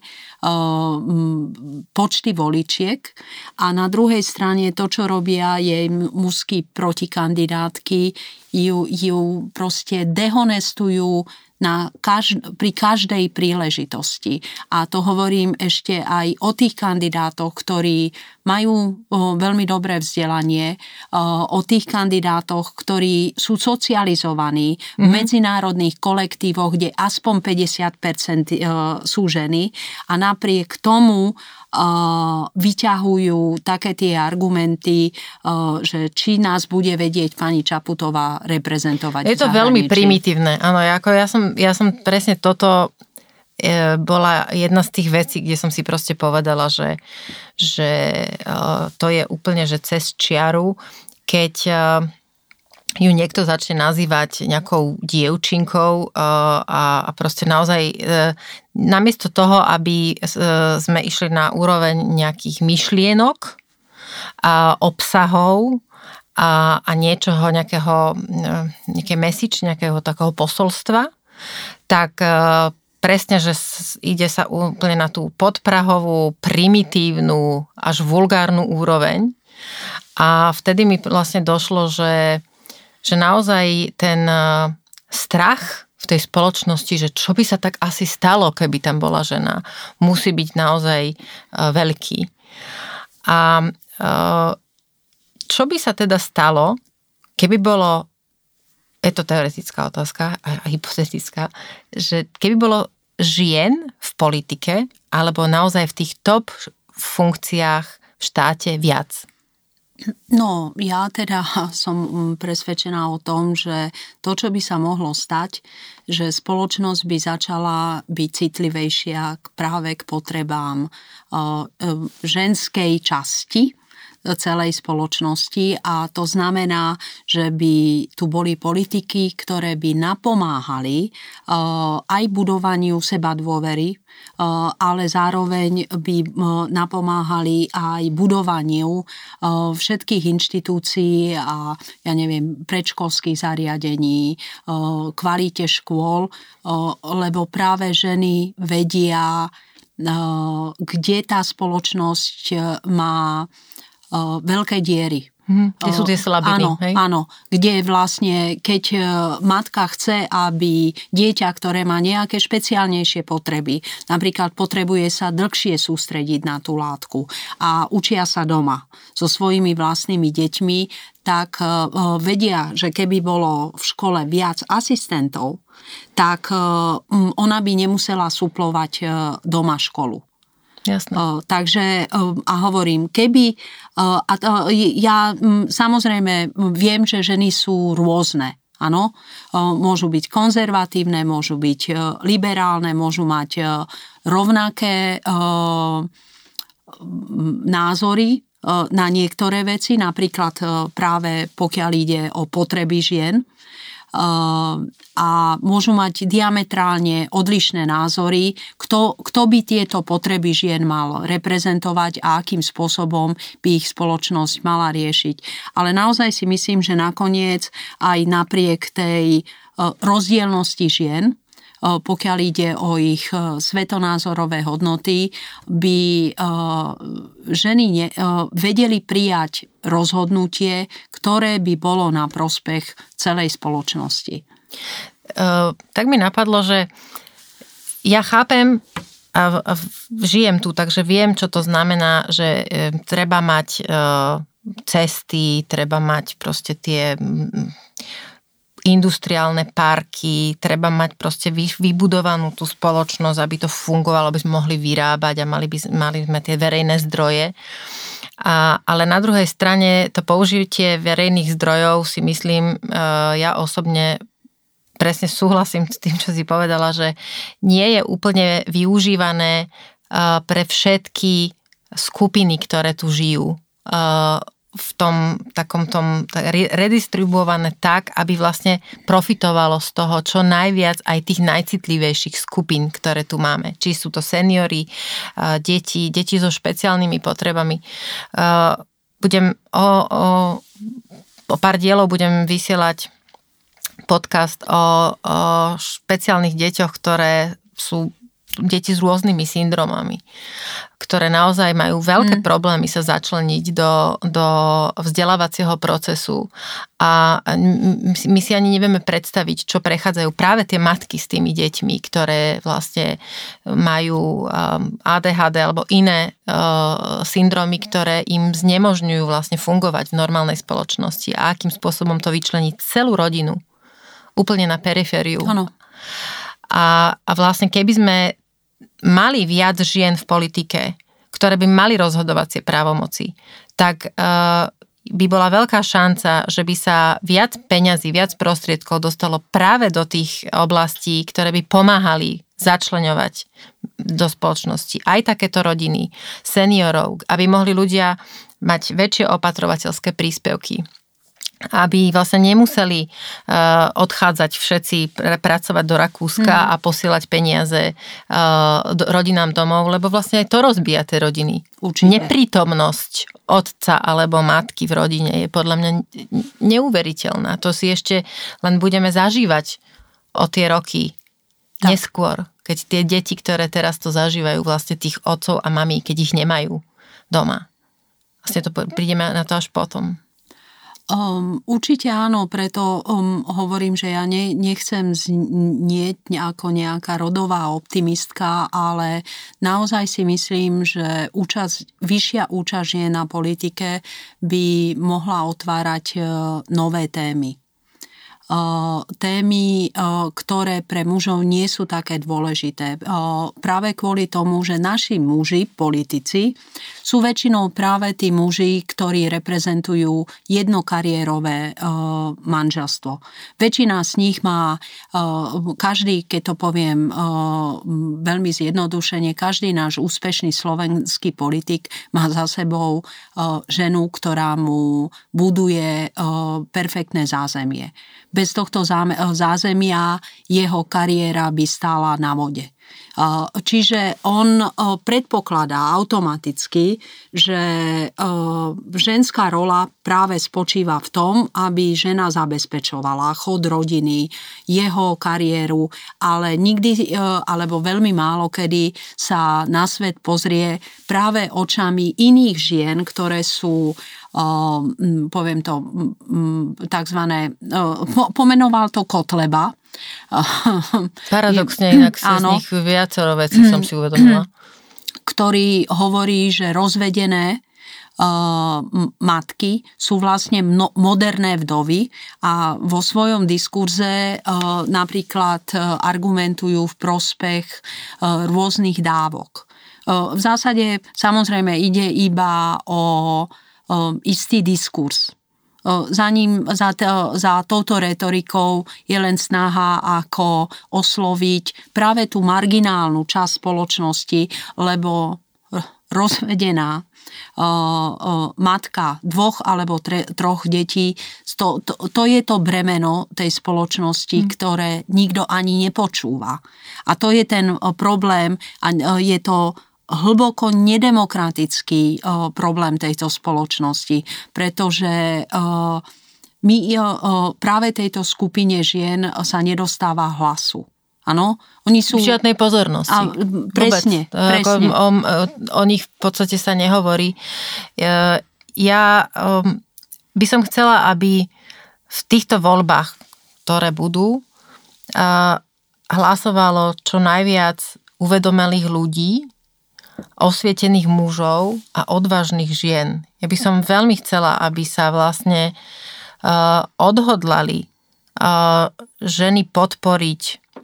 S2: počty voličiek a na druhej strane to, čo robia jej mužskí protikandidátky, ju proste dehonestujú pri každej príležitosti. A to hovorím ešte aj o tých kandidátoch, ktorí majú veľmi dobré vzdelanie, o tých kandidátoch, ktorí sú socializovaní v medzinárodných kolektívoch, kde aspoň 50% sú ženy a napriek tomu vyťahujú také tie argumenty, že či nás bude vedieť pani Čaputová reprezentovať.
S1: Je to veľmi primitívne. Áno, ja som presne toto bola jedna z tých vecí, kde som si proste povedala, že to je úplne, že cez čiaru, keď ju niekto začne nazývať nejakou dievčinkou a proste naozaj namiesto toho, aby sme išli na úroveň nejakých myšlienok a obsahov a niečoho, nejaké message, nejakého takého posolstva, tak presne, že ide sa úplne na tú podprahovú, primitívnu, až vulgárnu úroveň. A vtedy mi vlastne došlo, že naozaj ten strach v tej spoločnosti, že čo by sa tak asi stalo, keby tam bola žena, musí byť naozaj veľký. A čo by sa teda stalo, keby bolo, je to teoretická otázka a hypotetická, že keby bolo žien v politike alebo naozaj v tých top funkciách v štáte viac?
S2: No, ja teda som presvedčená o tom, že to, čo by sa mohlo stať, že spoločnosť by začala byť citlivejšia práve k potrebám ženskej časti celej spoločnosti a to znamená, že by tu boli politiky, ktoré by napomáhali aj budovaniu sebadôvery, ale zároveň by napomáhali aj budovaniu všetkých inštitúcií a predškolských zariadení, kvalite škôl, lebo práve ženy vedia, kde tá spoločnosť má veľké diery.
S1: Kde sú tie slabiny, hej?
S2: Áno, kde vlastne, keď matka chce, aby dieťa, ktoré má nejaké špeciálnejšie potreby, napríklad potrebuje sa dlhšie sústrediť na tú látku a učia sa doma so svojimi vlastnými deťmi, tak vedia, že keby bolo v škole viac asistentov, tak ona by nemusela suplovať doma školu.
S1: Jasné.
S2: Takže a hovorím, keby ja samozrejme viem, že ženy sú rôzne. Áno, môžu byť konzervatívne, môžu byť liberálne, môžu mať rovnaké názory na niektoré veci, napríklad práve pokiaľ ide o potreby žien. A môžu mať diametrálne odlišné názory, kto by tieto potreby žien mal reprezentovať a akým spôsobom by ich spoločnosť mala riešiť. Ale naozaj si myslím, že nakoniec aj napriek tej rozdielnosti žien, pokiaľ ide o ich svetonázorové hodnoty, by ženy vedeli prijať rozhodnutie, ktoré by bolo na prospech celej spoločnosti.
S1: Tak mi napadlo, že ja chápem a žijem tu, takže viem, čo to znamená, že treba mať cesty, treba mať proste tie industriálne parky, treba mať proste vybudovanú tú spoločnosť, aby to fungovalo, aby sme mohli vyrábať a mali sme tie verejné zdroje. Ale na druhej strane to použitie verejných zdrojov si myslím, ja osobne presne súhlasím s tým, čo si povedala, že nie je úplne využívané pre všetky skupiny, ktoré tu žijú. v tom takom tom redistribuované tak, aby vlastne profitovalo z toho čo najviac aj tých najcitlivejších skupín, ktoré tu máme. Či sú to seniori, deti so špeciálnymi potrebami. Budem o pár dielov budem vysielať podcast o špeciálnych deťoch, ktoré sú deti s rôznymi syndromami, ktoré naozaj majú veľké problémy sa začleniť do vzdelávacieho procesu a my si ani nevieme predstaviť, čo prechádzajú práve tie matky s tými deťmi, ktoré vlastne majú ADHD alebo iné syndromy, ktoré im znemožňujú vlastne fungovať v normálnej spoločnosti a akým spôsobom to vyčleniť celú rodinu úplne na perifériu.
S2: Áno.
S1: A vlastne keby sme mali viac žien v politike, ktoré by mali rozhodovacie právomoci, tak by bola veľká šanca, že by sa viac peňazí, viac prostriedkov dostalo práve do tých oblastí, ktoré by pomáhali začleňovať do spoločnosti aj takéto rodiny, seniorov, aby mohli ľudia mať väčšie opatrovateľské príspevky, aby vlastne nemuseli odchádzať všetci pracovať do Rakúska a posielať peniaze rodinám domov, lebo vlastne aj to rozbíja tie rodiny.
S2: Určite.
S1: Neprítomnosť otca alebo matky v rodine je podľa mňa neuveriteľná. To si ešte len budeme zažívať o tie roky neskôr, keď tie deti, ktoré teraz to zažívajú, vlastne tých otcov a mami, keď ich nemajú doma. Vlastne to prídeme na to až potom.
S2: Určite áno, preto hovorím, že ja nechcem znieť ako nejaká rodová optimistka, ale naozaj si myslím, že vyššia účasť žien na politike by mohla otvárať nové témy. Témy, ktoré pre mužov nie sú také dôležité. Práve kvôli tomu, že naši muži, politici, sú väčšinou práve tí muži, ktorí reprezentujú jednokariérové manželstvo. Väčšina z nich má, každý, keď to poviem veľmi zjednodušene, každý náš úspešný slovenský politik má za sebou ženu, ktorá mu buduje perfektné zázemie. Bez tohto zázemia jeho kariéra by stála na vode. Čiže on predpokladá automaticky, že ženská rola práve spočíva v tom, aby žena zabezpečovala chod rodiny, jeho kariéru, ale nikdy, alebo veľmi málo kedy sa na svet pozrie práve očami iných žien, ktoré sú poviem to takzvané, pomenoval to Kotleba.
S1: Paradoxne, inak sa z nich viacero vecí som si uvedomila.
S2: Ktorý hovorí, že rozvedené matky sú vlastne moderné vdovy a vo svojom diskurze napríklad argumentujú v prospech rôznych dávok. V zásade samozrejme ide iba o istý diskurs. Za touto retorikou je len snaha ako osloviť práve tú marginálnu časť spoločnosti, lebo rozvedená matka 2 alebo 3 detí, to je to bremeno tej spoločnosti, ktoré nikto ani nepočúva. A to je ten problém a je to hlboko nedemokratický problém tejto spoločnosti, pretože my práve tejto skupine žien sa nedostáva hlasu. Áno, oni sú...
S1: V žiadnej pozornosti.
S2: Presne.
S1: O nich v podstate sa nehovorí. Ja by som chcela, aby v týchto voľbách, ktoré budú, hlasovalo čo najviac uvedomelých ľudí, osvietených mužov a odvážnych žien. Ja by som veľmi chcela, aby sa vlastne odhodlali ženy podporiť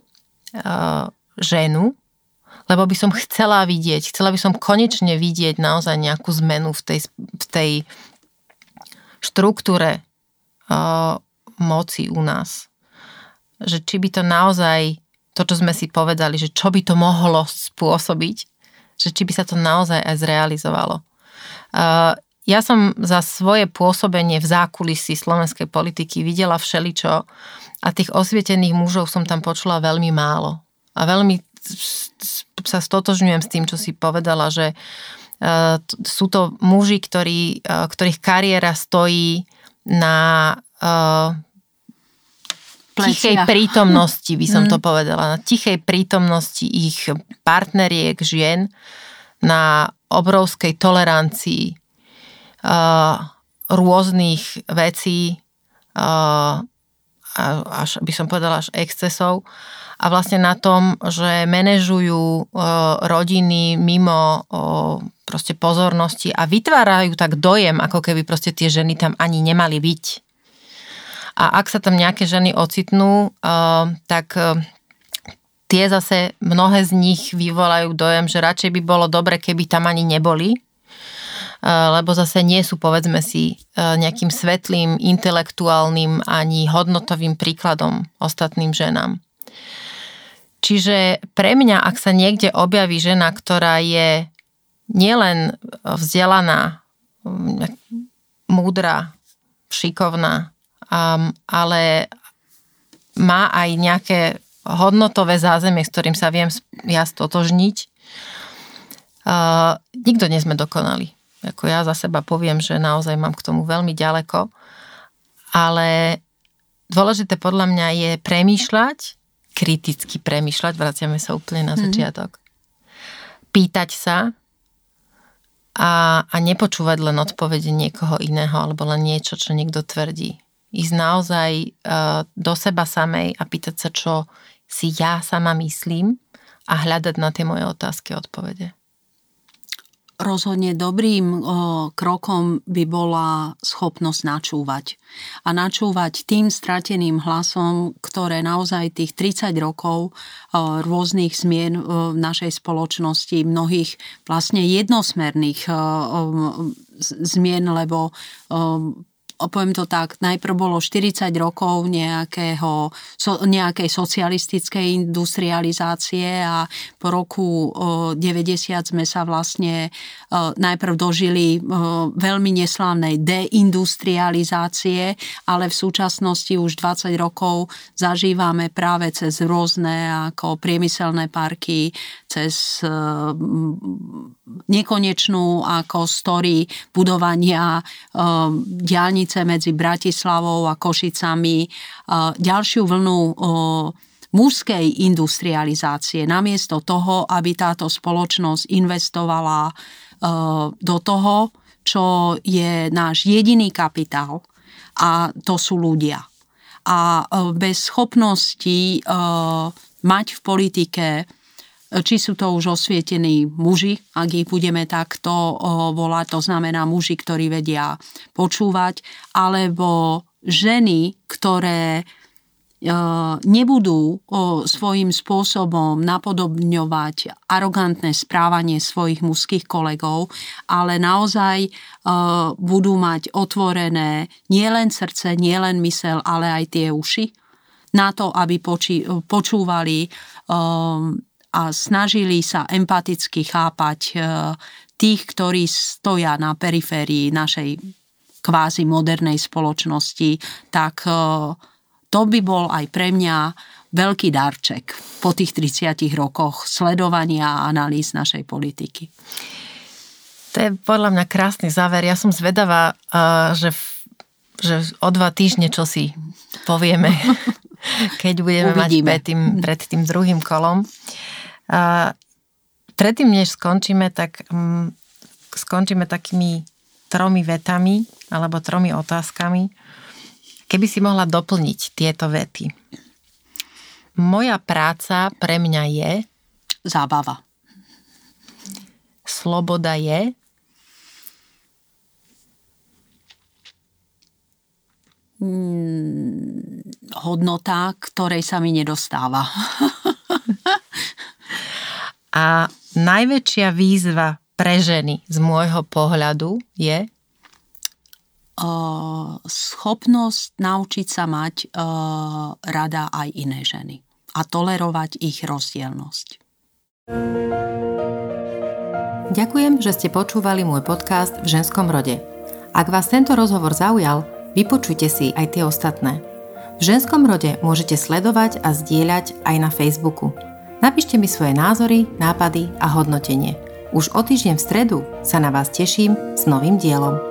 S1: ženu, lebo by som chcela by som konečne vidieť naozaj nejakú zmenu v tej štruktúre moci u nás. Že či by to naozaj, to čo sme si povedali, že čo by to mohlo spôsobiť, že či by sa to naozaj aj zrealizovalo. ja som za svoje pôsobenie v zákulisí slovenskej politiky videla všeličo a tých osvietených mužov som tam počula veľmi málo. A veľmi sa stotožňujem s tým, čo si povedala, že sú to muži, ktorých kariéra stojí na tichej prítomnosti, by som to povedala, na tichej prítomnosti ich partneriek, žien, na obrovskej tolerancii rôznych vecí, až by som povedala až excesov, a vlastne na tom, že manažujú rodiny mimo proste pozornosti a vytvárajú tak dojem, ako keby proste tie ženy tam ani nemali byť. A ak sa tam nejaké ženy ocitnú, tak tie zase, mnohé z nich vyvolajú dojem, že radšej by bolo dobre, keby tam ani neboli, lebo zase nie sú, povedzme si, nejakým svetlým, intelektuálnym ani hodnotovým príkladom ostatným ženám. Čiže pre mňa, ak sa niekde objaví žena, ktorá je nielen vzdelaná, múdra, šikovná, ale má aj nejaké hodnotové zázemie, s ktorým sa viem ja stotožniť. Nikto nie sme dokonali. Ako ja za seba poviem, že naozaj mám k tomu veľmi ďaleko, ale dôležité podľa mňa je premýšľať, kriticky premýšľať, vraciame sa úplne na začiatok, pýtať sa a nepočúvať len odpovede niekoho iného alebo len niečo, čo niekto tvrdí. Ísť naozaj do seba samej a pýtať sa, čo si ja sama myslím a hľadať na tie moje otázky a odpovede.
S2: Rozhodne dobrým krokom by bola schopnosť načúvať. A načúvať tým strateným hlasom, ktoré naozaj tých 30 rokov rôznych zmien v našej spoločnosti, mnohých vlastne jednosmerných zmien, lebo poviem to tak, najprv bolo 40 rokov nejakej socialistickej industrializácie a po roku 90 sme sa vlastne najprv dožili veľmi neslávnej deindustrializácie, ale v súčasnosti už 20 rokov zažívame práve cez rôzne ako priemyselné parky, cez nekonečnú ako story budovania diaľnice medzi Bratislavou a Košicami, ďalšiu vlnu mužskej industrializácie. Namiesto toho, aby táto spoločnosť investovala do toho, čo je náš jediný kapitál, a to sú ľudia. A bez schopnosti mať v politike, či sú to už osvietení muži, ak ich budeme takto volať, to znamená muži, ktorí vedia počúvať, alebo ženy, ktoré nebudú svojím spôsobom napodobňovať arogantné správanie svojich mužských kolegov, ale naozaj budú mať otvorené nielen srdce, nielen myseľ, ale aj tie uši na to, aby počúvali a snažili sa empaticky chápať tých, ktorí stoja na periférii našej kvázi modernej spoločnosti, tak to by bol aj pre mňa veľký darček po tých 30 rokoch sledovania a analýz našej politiky.
S1: To je podľa mňa krásny záver. Ja som zvedavá, že o 2 týždne čo si povieme, keď budeme
S2: Uvidíme.
S1: mať pred tým druhým kolom. Predtým, než skončíme, tak skončíme takými 3 vetami alebo 3 otázkami. Keby si mohla doplniť tieto vety. Moja práca pre mňa je...
S2: Zábava.
S1: Sloboda je...
S2: Hodnota, ktorej sa mi nedostáva.
S1: A najväčšia výzva pre ženy z môjho pohľadu je?
S2: Schopnosť naučiť sa mať rada aj iné ženy a tolerovať ich rozdielnosť.
S1: Ďakujem, že ste počúvali môj podcast V ženskom rode. Ak vás tento rozhovor zaujal, vypočujte si aj tie ostatné. V Ženskom rode môžete sledovať a zdieľať aj na Facebooku. Napíšte mi svoje názory, nápady a hodnotenie. Už o týždeň v stredu sa na vás teším s novým dielom.